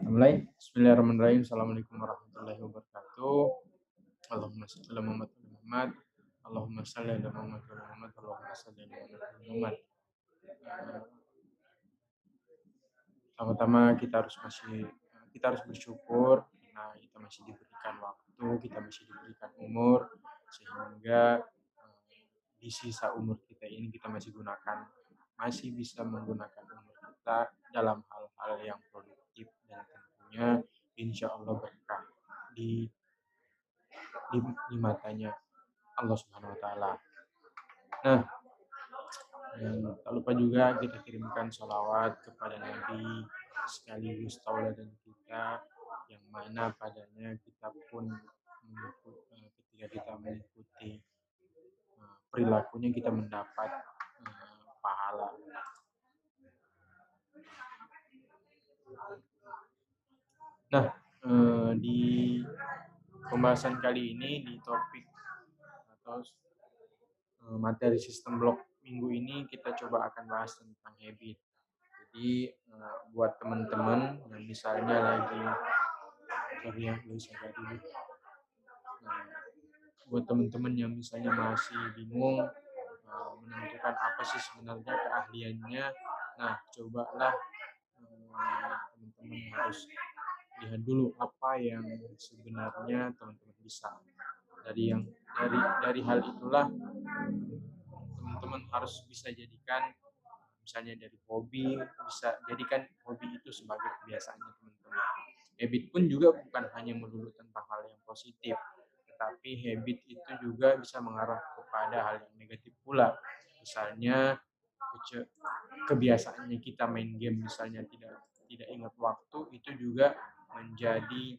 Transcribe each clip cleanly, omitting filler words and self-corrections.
Mulai. Bismillahirrahmanirrahim. Assalamualaikum warahmatullahi wabarakatuh. Allahumma shalli ala Muhammad wa ala Muhammad. Allahumma shalli ala Muhammad wa ala Muhammad. Allahumma shalli ala Muhammad wa ala Muhammad. Pertama-tama kita harus bersyukur karena kita masih diberikan waktu, kita masih diberikan umur, sehingga di sisa umur kita ini kita masih bisa menggunakan umur kita dalam hal-hal yang produktif dan tentunya insya Allah berkah di, di matanya Allah Subhanahu wa Ta'ala. Nah, tak lupa juga kita kirimkan sholawat kepada Nabi sekaligus tauladan kita, yang mana padanya kita pun ketika kita mengikuti perilakunya kita mendapat pahala. Nah, di pembahasan kali ini di topik atau materi sistem blok minggu ini kita coba akan bahas tentang habit. Jadi buat teman-teman yang misalnya lagi buat teman-teman yang misalnya masih bingung menentukan apa sih sebenarnya keahliannya, nah cobalah teman-teman harus lihat dulu apa yang sebenarnya teman-teman bisa. Dari hal itulah teman-teman harus bisa jadikan misalnya dari hobi, bisa jadikan hobi itu sebagai kebiasaannya teman-teman. Habit pun juga bukan hanya melulu tentang hal yang positif, tetapi habit itu juga bisa mengarah kepada hal yang negatif pula. Misalnya kebiasaannya kita main game, misalnya tidak ingat waktu, itu juga menjadi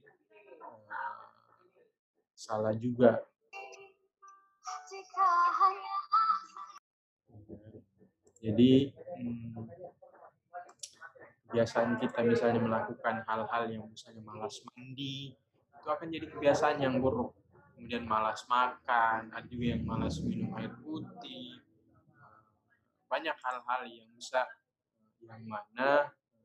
salah juga. Jadi kebiasaan kita misalnya melakukan hal-hal yang misalnya malas mandi, itu akan jadi kebiasaan yang buruk. Kemudian malas makan, ada juga yang malas minum air putih. Banyak hal-hal yang bisa, yang mana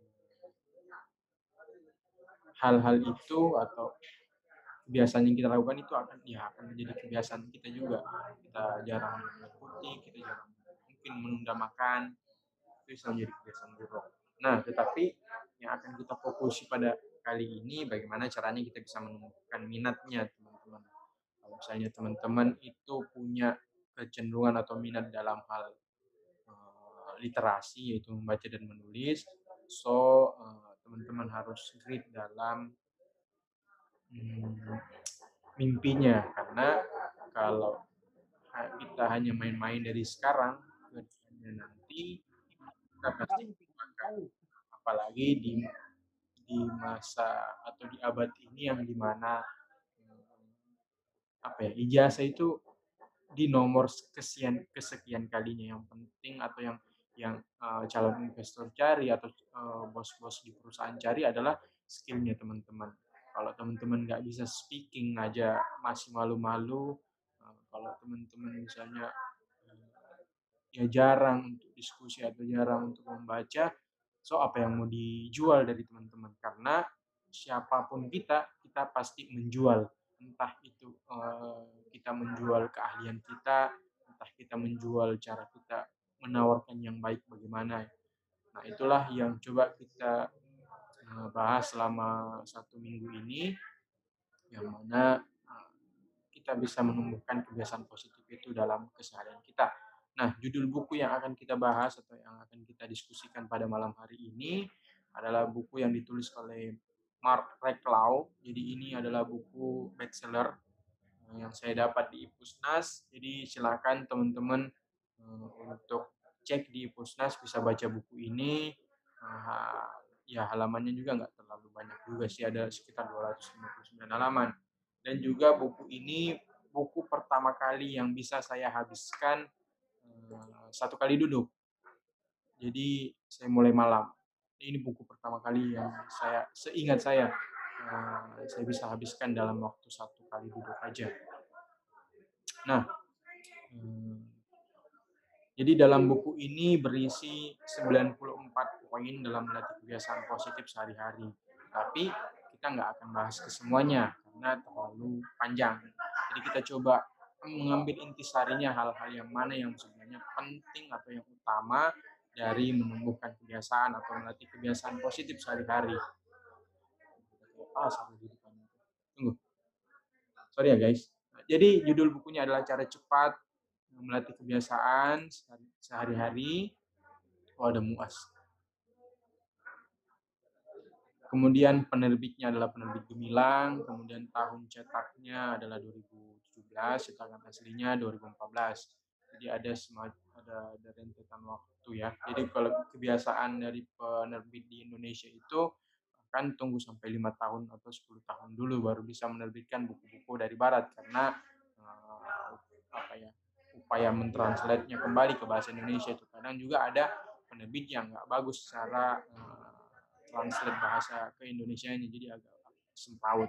hal-hal itu atau kebiasaan yang kita lakukan itu akan menjadi kebiasaan kita juga. Kita jarang minum air putih, kita jarang mungkin menunda makan, itu bisa menjadi kebiasaan buruk. Nah, tetapi yang akan kita fokusi pada kali ini bagaimana caranya kita bisa menumbuhkan minatnya, teman-teman. Kalau misalnya teman-teman itu punya kecenderungan atau minat dalam hal literasi, yaitu membaca dan menulis, teman-teman harus grit dalam mimpinya, karena kalau kita hanya main-main dari sekarang, nanti kita pasti akan, apalagi di masa atau di abad ini yang dimana ijazah itu di nomor kesekian kalinya. Yang penting atau yang calon investor cari atau bos-bos di perusahaan cari adalah skillnya teman-teman. Kalau teman-teman nggak bisa speaking aja masih malu-malu, kalau teman-teman misalnya ya jarang untuk diskusi atau jarang untuk membaca, apa yang mau dijual dari teman-teman? Karena siapapun kita pasti menjual. Entah itu kita menjual keahlian kita, entah kita menjual cara kita menawarkan yang baik bagaimana. Nah, itulah yang coba kita bahas selama 1 minggu ini, yang mana kita bisa menumbuhkan kebiasaan positif itu dalam keseharian kita. Nah, judul buku yang akan kita bahas atau yang akan kita diskusikan pada malam hari ini adalah buku yang ditulis oleh Mark Reclau. Jadi ini adalah buku bestseller yang saya dapat di Ipusnas. Jadi silakan teman-teman untuk cek di Ipusnas, bisa baca buku ini. Ya halamannya juga nggak terlalu banyak juga sih, ada sekitar 259 halaman. Dan juga buku ini buku pertama kali yang bisa saya habiskan 1 kali duduk. Jadi saya mulai malam. Ini buku pertama kali yang seingat saya bisa habiskan dalam waktu 1 kali duduk aja. Nah, jadi dalam buku ini berisi 94 poin dalam melatih kebiasaan positif sehari-hari. Tapi kita nggak akan bahas kesemuanya karena terlalu panjang. Jadi kita coba mengambil intisarinya, hal-hal yang mana yang sebenarnya penting atau yang utama dari menumbuhkan kebiasaan atau melatih kebiasaan positif sehari-hari. Tunggu, sorry ya guys. Jadi judul bukunya adalah Cara Cepat Melatih Kebiasaan Sehari-hari. Oh, ada muas. Kemudian penerbitnya adalah penerbit Gemilang, kemudian tahun cetaknya adalah 2017, cetakan aslinya 2014. Jadi ada rentetan waktu ya. Jadi kalau kebiasaan dari penerbit di Indonesia itu kan tunggu sampai 5 tahun atau 10 tahun dulu baru bisa menerbitkan buku-buku dari Barat karena apa ya, upaya mentranslate-nya kembali ke bahasa Indonesia itu kadang juga ada penerbit yang nggak bagus secara translate bahasa ke Indonesianya, jadi agak semrawut.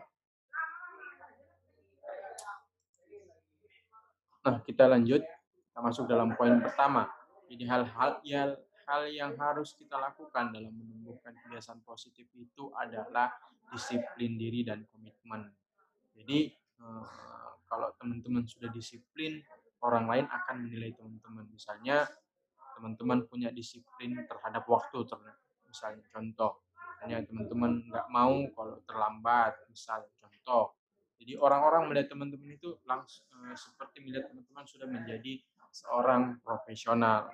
Nah, kita lanjut, kita masuk dalam poin pertama. Jadi hal yang harus kita lakukan dalam menumbuhkan kebiasaan positif itu adalah disiplin diri dan komitmen. Jadi kalau teman-teman sudah disiplin, orang lain akan menilai teman-teman. Misalnya teman-teman punya disiplin terhadap waktu, misalnya contoh, hanya teman-teman nggak mau kalau terlambat, misal contoh. Jadi orang-orang melihat teman-teman itu langsung seperti melihat teman-teman sudah menjadi seorang profesional.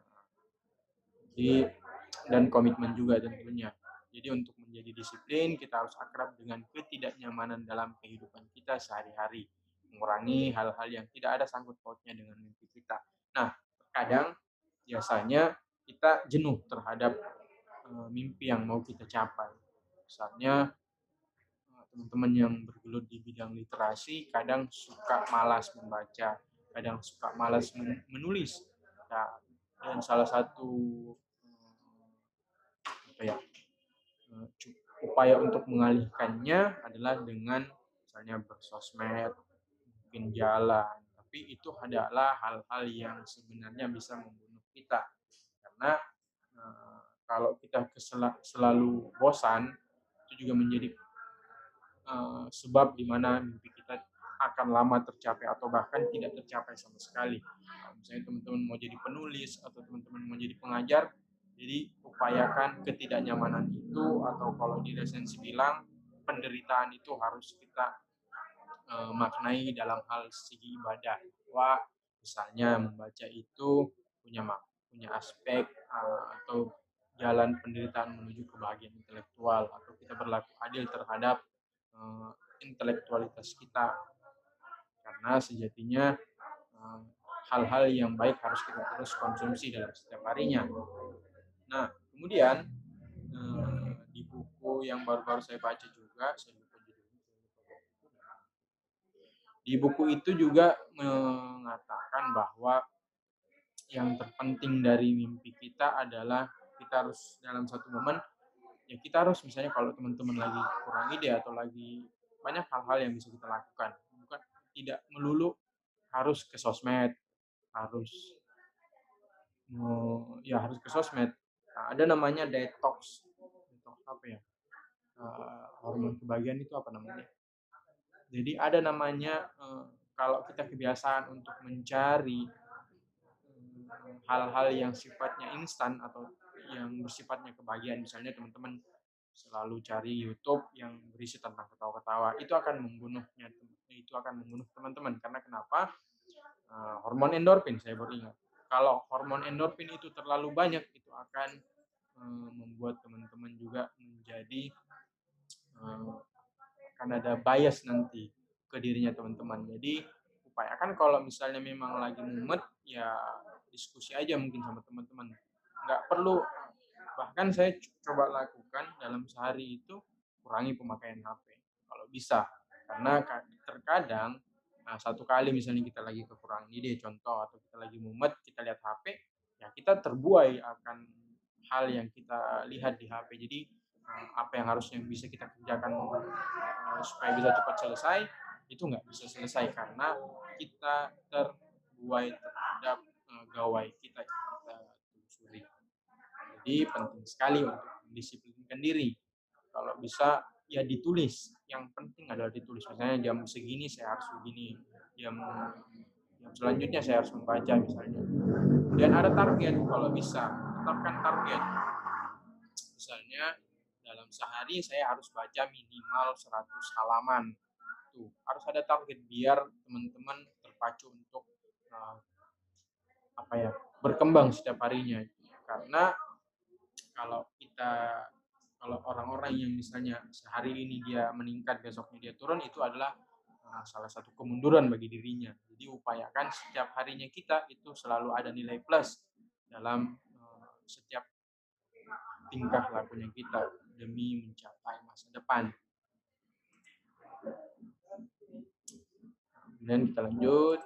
Jadi dan komitmen juga tentunya. Jadi untuk menjadi disiplin kita harus akrab dengan ketidaknyamanan dalam kehidupan kita sehari-hari, mengurangi hal-hal yang tidak ada sangkut pautnya dengan mimpi kita. Nah, terkadang biasanya kita jenuh terhadap mimpi yang mau kita capai. Misalnya teman-teman yang bergelut di bidang literasi kadang suka malas membaca, kadang suka malas menulis. Nah, dan salah satu apa ya, upaya untuk mengalihkannya adalah dengan misalnya bersosmed, bikin jalan. Tapi itu adalah hal-hal yang sebenarnya bisa membunuh kita karena kalau kita selalu bosan itu juga menjadi sebab di mana mimpi kita akan lama tercapai atau bahkan tidak tercapai sama sekali. Misalnya teman-teman mau jadi penulis atau teman-teman mau jadi pengajar, jadi upayakan ketidaknyamanan itu, atau kalau di resensi bilang penderitaan itu harus kita maknai dalam hal segi ibadah. Bahwa misalnya membaca itu punya aspek atau jalan penderitaan menuju kebahagiaan intelektual, atau kita berlaku adil terhadap intelektualitas kita, karena sejatinya hal-hal yang baik harus kita terus konsumsi dalam setiap harinya. Nah, kemudian di buku yang baru-baru saya baca juga, saya lupa judulnya. Di buku itu juga mengatakan bahwa yang terpenting dari mimpi kita adalah kita harus dalam satu momen, ya kita harus misalnya kalau teman-teman lagi kurang ide atau lagi banyak hal-hal yang bisa kita lakukan, bukan tidak melulu harus ke sosmed, harus harus ke sosmed. Nah, ada namanya detox, detox apa ya, hormon kebahagiaan itu apa namanya, jadi ada namanya kalau kita kebiasaan untuk mencari hal-hal yang sifatnya instan atau yang bersifatnya kebahagiaan, misalnya teman-teman selalu cari YouTube yang berisi tentang ketawa-ketawa, itu akan membunuh teman-teman. Karena kenapa? Hormon endorfin, saya baru ingat. Kalau hormon endorfin itu terlalu banyak, itu akan membuat teman-teman juga menjadi akan ada bias nanti ke dirinya teman-teman. Jadi upayakan kalau misalnya memang lagi mumet, ya diskusi aja mungkin sama teman-teman. Nggak perlu, bahkan saya coba lakukan dalam sehari itu kurangi pemakaian HP kalau bisa. Karena terkadang satu kali misalnya kita lagi kekurangan ide contoh, atau kita lagi mumet, kita lihat HP, ya kita terbuai akan hal yang kita lihat di HP. Jadi apa yang harusnya bisa kita kerjakan supaya bisa cepat selesai, itu nggak bisa selesai karena kita terbuai terhadap gawai kita yang kita telusuri. Jadi penting sekali untuk mendisiplinkan diri. kalau bisa ya ditulis, yang penting adalah ditulis. Misalnya jam segini saya harus begini, jam jam selanjutnya saya harus membaca misalnya. Dan ada target kalau bisa, tetapkan target. Misalnya dalam sehari saya harus baca minimal 100 halaman. Tuh, harus ada target biar teman-teman terpacu untuk uh, apa ya, berkembang setiap harinya. Karena kalau kita kalau orang-orang yang misalnya sehari ini dia meningkat, besoknya dia turun, itu adalah salah satu kemunduran bagi dirinya. Jadi upayakan setiap harinya kita itu selalu ada nilai plus dalam setiap tingkah lakunya kita demi mencapai masa depan. Kemudian kita lanjut.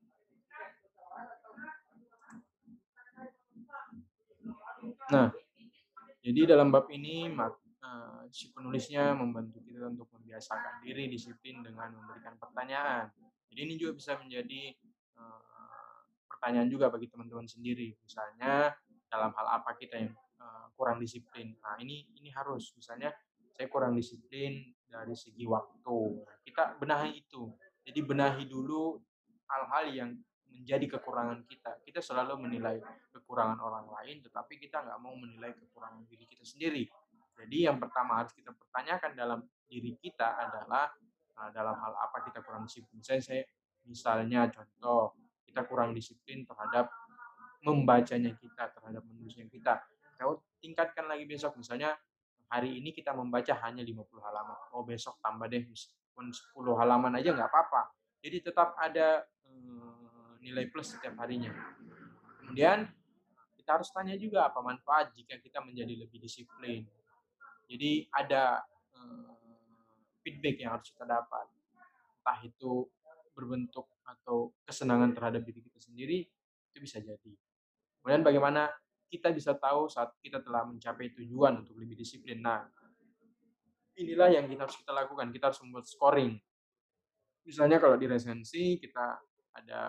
Nah, jadi dalam bab ini si penulisnya membantu kita untuk membiasakan diri disiplin dengan memberikan pertanyaan. Jadi ini juga bisa menjadi pertanyaan juga bagi teman-teman sendiri. Misalnya dalam hal apa kita yang kurang disiplin. Nah, ini harus misalnya saya kurang disiplin dari segi waktu. Kita benahi itu. Jadi benahi dulu hal-hal yang menjadi kekurangan kita. Kita selalu menilai kekurangan orang lain, tetapi kita nggak mau menilai kekurangan diri kita sendiri. Jadi yang pertama harus kita pertanyakan dalam diri kita adalah dalam hal apa kita kurang disiplin. Misalnya contoh, kita kurang disiplin terhadap membacanya kita, terhadap menulisnya kita. Kita tingkatkan lagi besok, misalnya hari ini kita membaca hanya 50 halaman. Oh besok tambah deh, meskipun 10 halaman aja nggak apa-apa. Jadi tetap ada nilai plus setiap harinya. Kemudian kita harus tanya juga apa manfaat jika kita menjadi lebih disiplin. Jadi ada feedback yang harus kita dapat. Entah itu berbentuk atau kesenangan terhadap diri kita sendiri, itu bisa jadi. Kemudian bagaimana kita bisa tahu saat kita telah mencapai tujuan untuk lebih disiplin. Nah, inilah yang kita harus kita lakukan. Kita harus membuat scoring. Misalnya kalau di resensi kita ada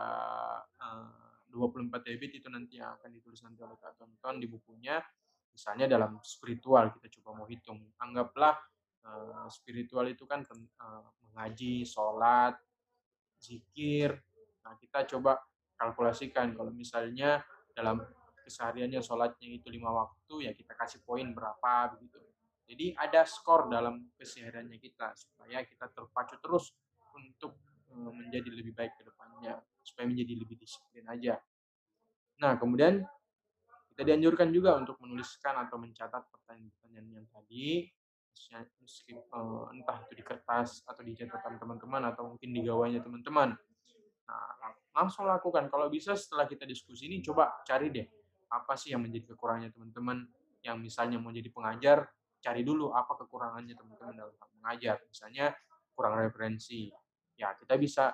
24 habit itu nanti yang akan ditulis nanti oleh Kak Tonton di bukunya. Misalnya dalam spiritual kita coba mau hitung. Anggaplah spiritual itu kan mengaji, sholat, zikir. Nah, kita coba kalkulasikan kalau misalnya dalam kesehariannya sholatnya itu 5 waktu, ya kita kasih poin berapa begitu. Jadi ada skor dalam kesehariannya kita supaya kita terpacu terus untuk menjadi lebih baik ke depannya, supaya menjadi lebih disiplin aja. Nah, kemudian kita dianjurkan juga untuk menuliskan atau mencatat pertanyaan-pertanyaan yang tadi, entah itu di kertas atau di catatan teman-teman atau mungkin di gawainya teman-teman. Nah, langsung lakukan. Kalau bisa setelah kita diskusi ini coba cari deh apa sih yang menjadi kekurangannya teman-teman yang misalnya mau jadi pengajar, cari dulu apa kekurangannya teman-teman dalam hal mengajar. Misalnya kurang referensi. Ya, kita bisa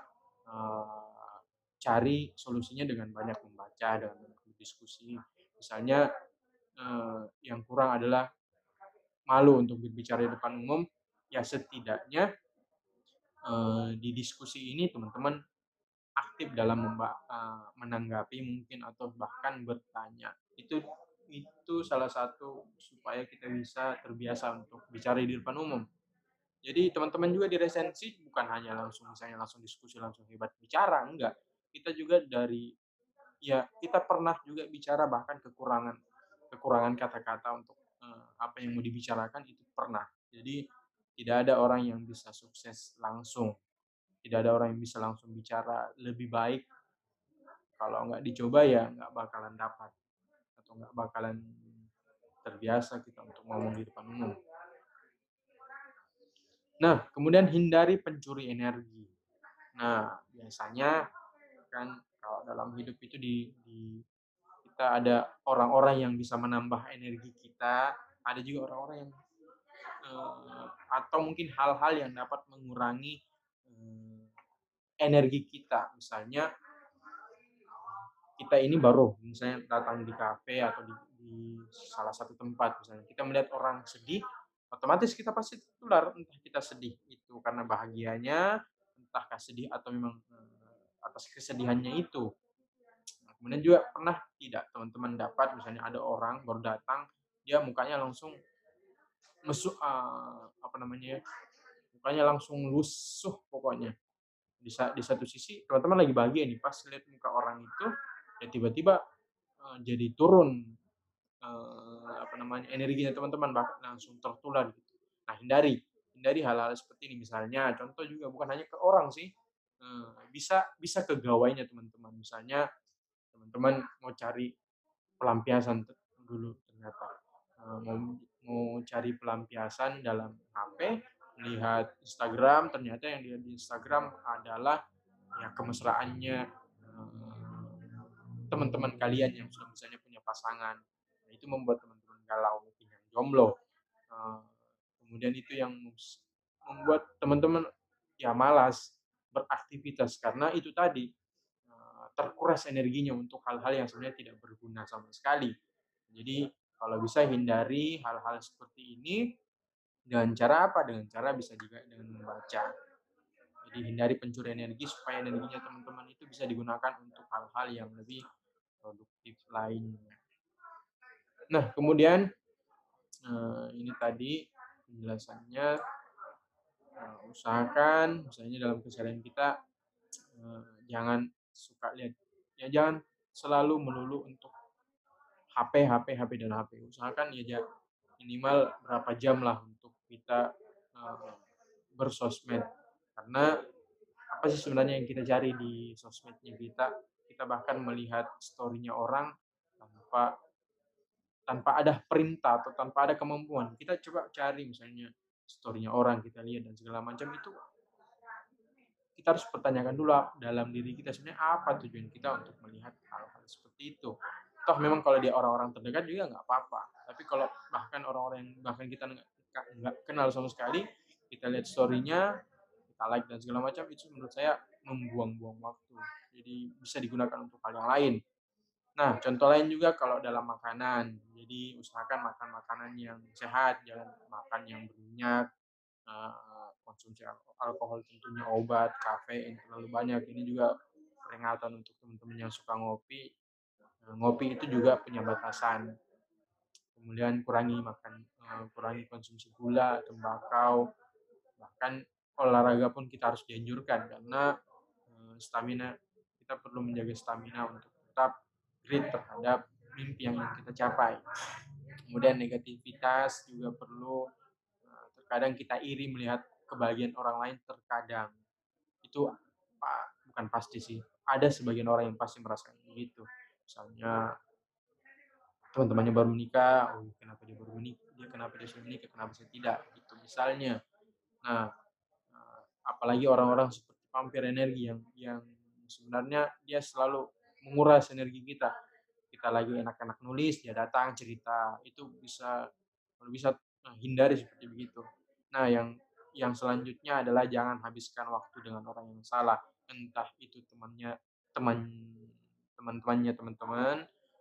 cari solusinya dengan banyak membaca, dengan banyak berdiskusi. Misalnya yang kurang adalah malu untuk berbicara di depan umum, ya setidaknya di diskusi ini teman-teman aktif dalam menanggapi mungkin atau bahkan bertanya. Itu salah satu supaya kita bisa terbiasa untuk bicara di depan umum. Jadi teman-teman juga di resensi bukan hanya langsung misalnya langsung diskusi langsung hebat bicara, enggak. Kita juga kita pernah juga bicara bahkan kekurangan kata-kata untuk apa yang mau dibicarakan itu pernah. Jadi tidak ada orang yang bisa sukses langsung. Tidak ada orang yang bisa langsung bicara lebih baik. Kalau nggak dicoba ya nggak bakalan dapat atau nggak bakalan terbiasa kita untuk ngomong di depan umum. Nah, kemudian hindari pencuri energi. Nah, biasanya kan kalau dalam hidup itu kita ada orang-orang yang bisa menambah energi kita, ada juga orang-orang yang atau mungkin hal-hal yang dapat mengurangi energi kita. Misalnya kita ini baru misalnya datang di kafe atau di salah satu tempat misalnya kita melihat orang sedih, otomatis kita pasti tertular, entah kita sedih itu karena bahagianya, entahkah sedih atau memang atas kesedihannya itu. Nah, kemudian juga pernah tidak teman-teman dapat misalnya ada orang baru datang, dia mukanya langsung apa namanya ya, mukanya langsung lusuh pokoknya. Di satu sisi teman-teman lagi bahagia nih, pas lihat muka orang itu, ya tiba-tiba, jadi turun, apa namanya, energinya teman-teman bahkan langsung tertular gitu. Nah, hindari hindari hal-hal seperti ini. Misalnya contoh juga bukan hanya ke orang sih, bisa bisa ke gawainya teman-teman. Misalnya teman-teman mau cari pelampiasan dulu ternyata, mau mau cari pelampiasan dalam HP, melihat Instagram, ternyata yang dilihat di Instagram adalah ya kemesraannya, teman-teman kalian yang sudah misalnya punya pasangan. Nah, itu membuat teman-teman galau, mungkin yang jomblo. Eee, Kemudian itu yang membuat teman-teman ya malas beraktivitas karena itu tadi, terkuras energinya untuk hal-hal yang sebenarnya tidak berguna sama sekali. Jadi kalau bisa hindari hal-hal seperti ini dengan cara apa? Dengan cara bisa juga dengan membaca. Jadi hindari pencurian energi supaya energinya teman-teman itu bisa digunakan untuk hal-hal yang lebih produktif lainnya. Nah, kemudian ini tadi penjelasannya, usahakan misalnya dalam keseharian kita, jangan suka lihat ya jangan selalu melulu untuk HP HP HP dan HP. Usahakan ya minimal berapa jam lah untuk kita, eee, bersosmed. Karena apa sih sebenarnya yang kita cari di sosmednya kita? Kita bahkan melihat story-nya orang tanpa tanpa ada perintah atau tanpa ada kemampuan. Kita coba cari misalnya story-nya orang, kita lihat dan segala macam itu, kita harus pertanyakan dulu dalam diri kita sebenarnya apa tujuan kita untuk melihat hal-hal seperti itu. Toh memang kalau dia orang-orang terdekat juga nggak apa-apa. Tapi kalau bahkan orang-orang yang bahkan kita nggak kenal sama sekali, kita lihat story-nya, kita like dan segala macam, itu menurut saya membuang-buang waktu. Jadi bisa digunakan untuk hal yang lain. Nah, contoh lain juga kalau dalam makanan. Jadi usahakan makan makanan yang sehat, jangan makan yang berminyak, konsumsi alkohol tentunya, obat, kafein terlalu banyak. Ini juga peringatan untuk teman-teman yang suka ngopi. Ngopi itu juga punya batasan. Kemudian kurangi konsumsi gula, tembakau, bahkan olahraga pun kita harus dianjurkan karena stamina kita perlu menjaga stamina untuk tetap grit terhadap mimpi yang ingin kita capai. Kemudian negativitas juga perlu, terkadang kita iri melihat kebahagiaan orang lain terkadang. Itu bukan pasti sih, ada sebagian orang yang pasti merasakan begitu. Misalnya teman-temannya baru menikah, "Oh kenapa dia baru menikah, dia kenapa dia sudah menikah, kenapa saya tidak?" Gitu misalnya. Nah, apalagi orang-orang seperti vampir energi yang sebenarnya dia selalu menguras energi kita. Kita lagi enak-enak nulis, dia datang cerita, itu bisa kalau bisa, hindari seperti begitu. Nah, yang selanjutnya adalah jangan habiskan waktu dengan orang yang salah, entah itu teman teman-temannya teman-teman,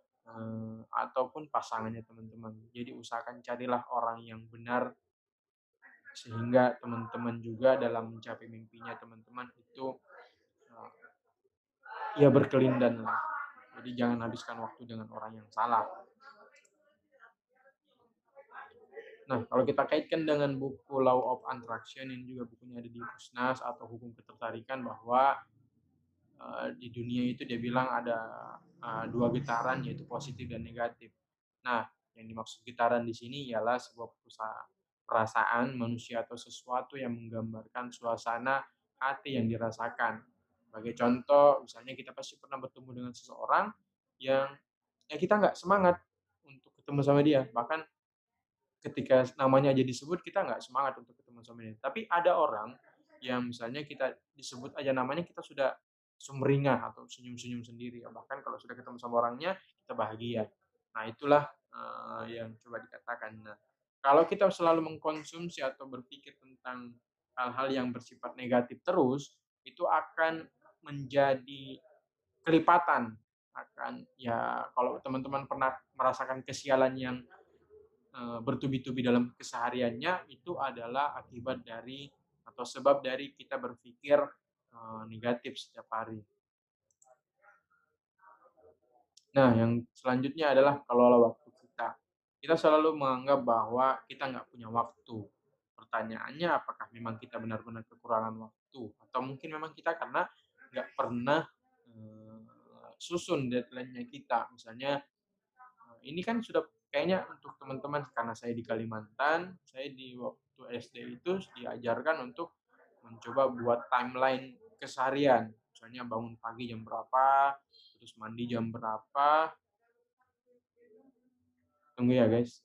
ataupun pasangannya teman-teman. Jadi usahakan carilah orang yang benar, sehingga teman-teman juga dalam mencapai mimpinya teman-teman itu, eee, ya berkelindanlah. Jadi jangan habiskan waktu dengan orang yang salah. Nah, kalau kita kaitkan dengan buku Law of Attraction, ini juga bukunya ada di Pusnas atau Hukum Ketertarikan, bahwa di dunia itu dia bilang ada, 2 getaran yaitu positif dan negatif. Nah, yang dimaksud getaran di sini ialah sebuah perasaan manusia atau sesuatu yang menggambarkan suasana hati yang dirasakan. Sebagai contoh, misalnya kita pasti pernah bertemu dengan seseorang yang ya kita nggak semangat untuk ketemu sama dia, bahkan ketika namanya aja disebut kita nggak semangat untuk ketemu sama dia. Tapi ada orang yang misalnya kita disebut aja namanya kita sudah sumringah atau senyum-senyum sendiri ya, bahkan kalau sudah ketemu sama orangnya kita bahagia. Nah itulah, yang coba dikatakan. Nah, kalau kita selalu mengkonsumsi atau berpikir tentang hal-hal yang bersifat negatif terus, itu akan menjadi kelipatan, akan ya kalau teman-teman pernah merasakan kesialan yang bertubi-tubi dalam kesehariannya, itu adalah akibat dari atau sebab dari kita berpikir, negatif setiap hari. Nah, yang selanjutnya adalah kelola waktu kita. Kita selalu menganggap bahwa kita nggak punya waktu. Pertanyaannya apakah memang kita benar-benar kekurangan waktu atau mungkin memang kita karena nggak pernah, susun deadline-nya kita. Misalnya, ini kan sudah kayaknya untuk teman-teman karena saya di Kalimantan, saya di waktu SD itu diajarkan untuk mencoba buat timeline keseharian. Misalnya bangun pagi jam berapa, terus mandi jam berapa. Tunggu ya, guys.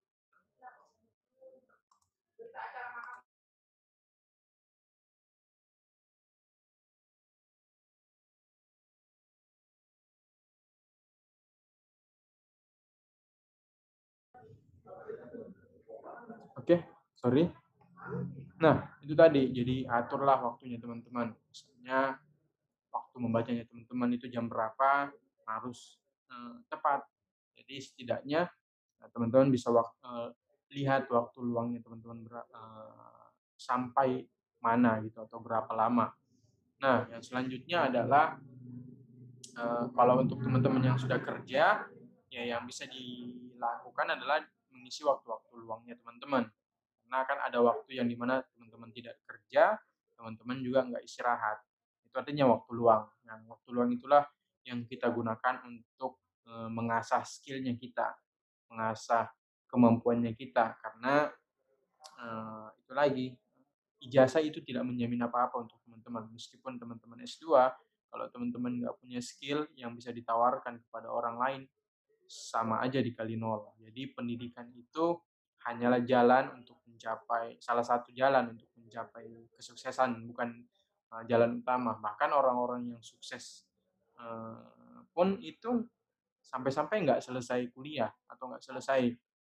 Oke, sorry. Nah, itu tadi. Jadi aturlah waktunya teman-teman. Misalnya waktu membacanya teman-teman itu jam berapa harus tepat. Jadi setidaknya teman-teman bisa lihat waktu luangnya teman-teman sampai mana gitu atau berapa lama. Nah, yang selanjutnya adalah kalau untuk teman-teman yang sudah kerja, ya yang bisa dilakukan adalah mengisi waktu-waktu luangnya teman-teman. Karena kan ada waktu yang dimana teman-teman tidak kerja, teman-teman juga nggak istirahat. Itu artinya waktu luang. Nah, waktu luang itulah yang kita gunakan untuk mengasah skillnya kita, mengasah kemampuannya kita. Karena itu lagi, ijazah itu tidak menjamin apa-apa untuk teman-teman. Meskipun teman-teman S2, kalau teman-teman nggak punya skill yang bisa ditawarkan kepada orang lain, sama aja dikali nol. Jadi pendidikan itu hanyalah jalan untuk mencapai, salah satu jalan untuk mencapai kesuksesan, bukan jalan utama. Bahkan orang-orang yang sukses pun itu sampai-sampai nggak selesai kuliah atau nggak selesai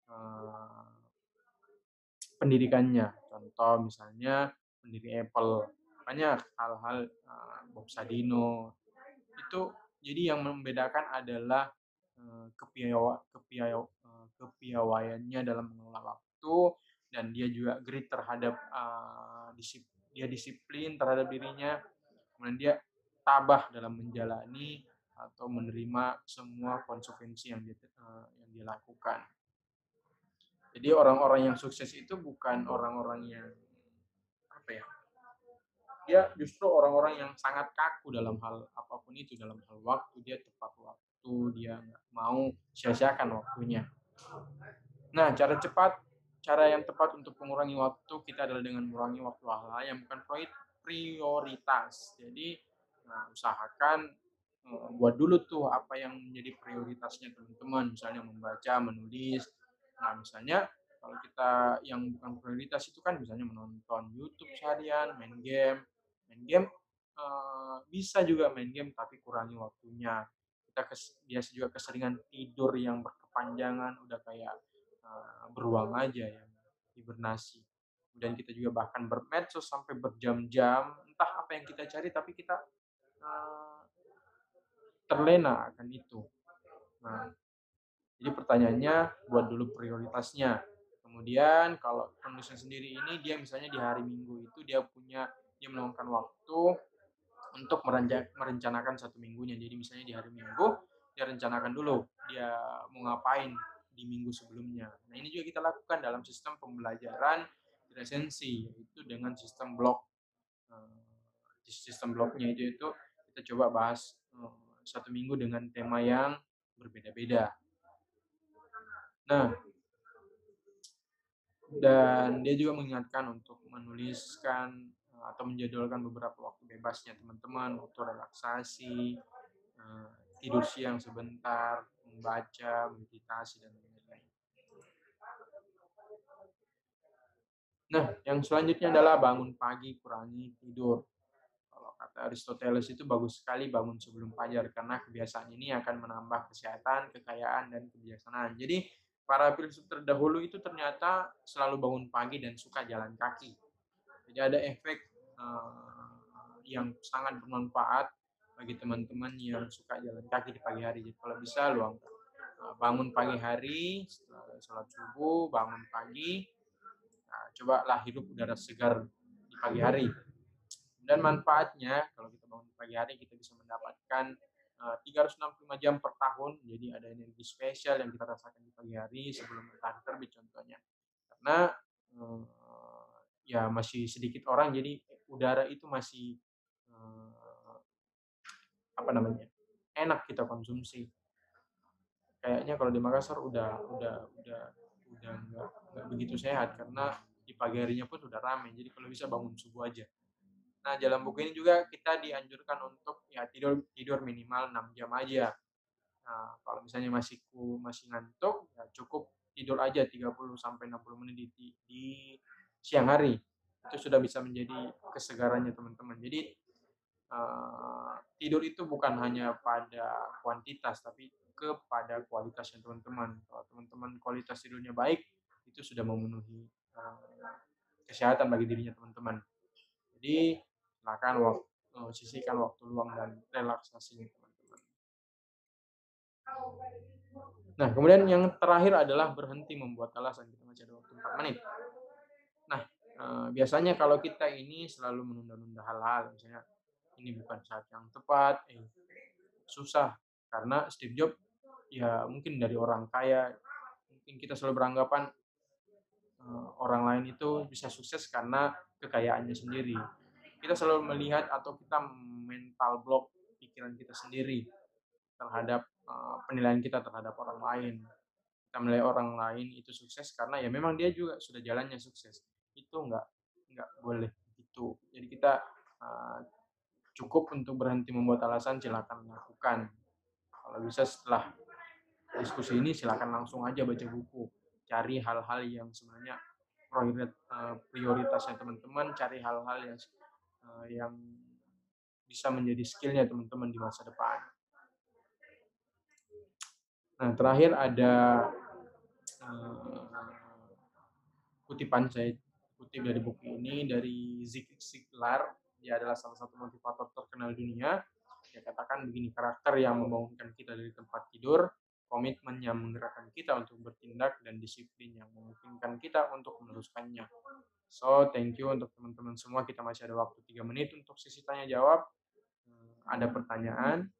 pendidikannya. Contoh misalnya pendiri Apple, banyak hal-hal Bob Sadino itu. Jadi yang membedakan adalah kepiawaiannya dalam mengelola waktu, dan dia juga grit terhadap dia disiplin terhadap dirinya, kemudian dia tabah dalam menjalani atau menerima semua konsekuensi yang dia lakukan. Jadi orang-orang yang sukses itu bukan orang-orang yang apa ya? Dia justru orang-orang yang sangat kaku dalam hal apapun itu, dalam hal waktu dia tepat waktu, dia nggak mau sia-siakan waktunya. Nah, cara yang tepat untuk mengurangi waktu kita adalah dengan mengurangi waktu hal-hal yang bukan prioritas. Jadi, usahakan buat dulu tuh apa yang menjadi prioritasnya teman-teman, misalnya membaca, menulis. Nah, misalnya kalau kita yang bukan prioritas itu kan misalnya menonton YouTube seharian, main game bisa juga main game tapi kurangi waktunya. Kita biasa juga keseringan tidur yang berkepanjangan, udah kayak beruang aja yang hibernasi. Kemudian kita juga bahkan bermedsos sampai berjam-jam, entah apa yang kita cari tapi kita uh, terlena akan itu. Nah, jadi pertanyaannya buat dulu prioritasnya. Kemudian kalau penulisnya sendiri ini dia misalnya di hari Minggu itu dia meluangkan waktu untuk merencanakan satu minggunya. Jadi misalnya di hari Minggu dia rencanakan dulu dia mau ngapain di minggu sebelumnya. Nah, ini juga kita lakukan dalam sistem pembelajaran resensi, yaitu dengan sistem blok. Di sistem bloknya itu kita coba bahas satu minggu dengan tema yang berbeda-beda. Nah, dan dia juga mengingatkan untuk menuliskan atau menjadwalkan beberapa waktu bebasnya teman-teman, waktu relaksasi, tidur siang sebentar, membaca, meditasi, dan lain-lain. Nah, yang selanjutnya adalah bangun pagi, kurangi tidur. Kalau kata Aristoteles itu bagus sekali bangun sebelum fajar, karena kebiasaan ini akan menambah kesehatan, kekayaan, dan kebijaksanaan. Jadi, para filsuf terdahulu itu ternyata selalu bangun pagi dan suka jalan kaki. Jadi ada efek yang sangat bermanfaat bagi teman-teman yang suka jalan kaki di pagi hari. Jadi kalau bisa luangkan bangun pagi hari setelah sholat subuh, bangun pagi, cobalah hidup udara segar di pagi hari. Dan manfaatnya kalau kita bangun pagi hari kita bisa mendapatkan 365 jam per tahun, jadi ada energi spesial yang kita rasakan di pagi hari sebelum matahari terbit contohnya. Karena, eee, ya masih sedikit orang jadi udara itu masih, eee, apa namanya, enak kita konsumsi. Kayaknya kalau di Makassar udah nggak begitu sehat karena di pagi harinya pun sudah ramai, jadi kalau bisa bangun subuh aja. Nah, dalam buku ini juga kita dianjurkan untuk ya tidur tidur minimal 6 jam aja. Nah, kalau misalnya masih ngantuk, ya cukup tidur aja 30 sampai 60 menit di siang hari. Itu sudah bisa menjadi kesegarannya teman-teman. Jadi, tidur itu bukan hanya pada kuantitas, tapi kepada kualitasnya teman-teman. Kalau teman-teman kualitas tidurnya baik, itu sudah memenuhi, kesehatan bagi dirinya teman-teman. Jadi, silakan sisihkan waktu luang dan relaksasinya teman-teman. Nah, kemudian yang terakhir adalah berhenti membuat alasan. Kita masih ada waktu 4 menit. Nah, biasanya kalau kita ini selalu menunda-nunda hal-hal, misalnya ini bukan saat yang tepat, susah. Karena Steve Jobs ya mungkin dari orang kaya, mungkin kita selalu beranggapan orang lain itu bisa sukses karena kekayaannya sendiri. Kita selalu melihat atau kita mental block pikiran kita sendiri terhadap penilaian kita terhadap orang lain. Kita menilai orang lain itu sukses karena ya memang dia juga sudah jalannya sukses. Itu nggak boleh gitu. Jadi kita cukup untuk berhenti membuat alasan, silakan lakukan. Kalau bisa setelah diskusi ini silakan langsung aja baca buku, cari hal-hal yang sebenarnya prioritasnya teman-teman, cari hal-hal yang bisa menjadi skillnya teman-teman di masa depan. Nah, terakhir ada kutipan saya kutip dari buku ini dari Zig Ziglar. Dia adalah salah satu motivator terkenal dunia. Dia katakan begini, karakter yang membangunkan kita dari tempat tidur, komitmen yang menggerakkan kita untuk bertindak, dan disiplin yang memungkinkan kita untuk meneruskannya. So, thank you untuk teman-teman semua. Kita masih ada waktu 3 menit untuk sesi tanya jawab. Ada pertanyaan?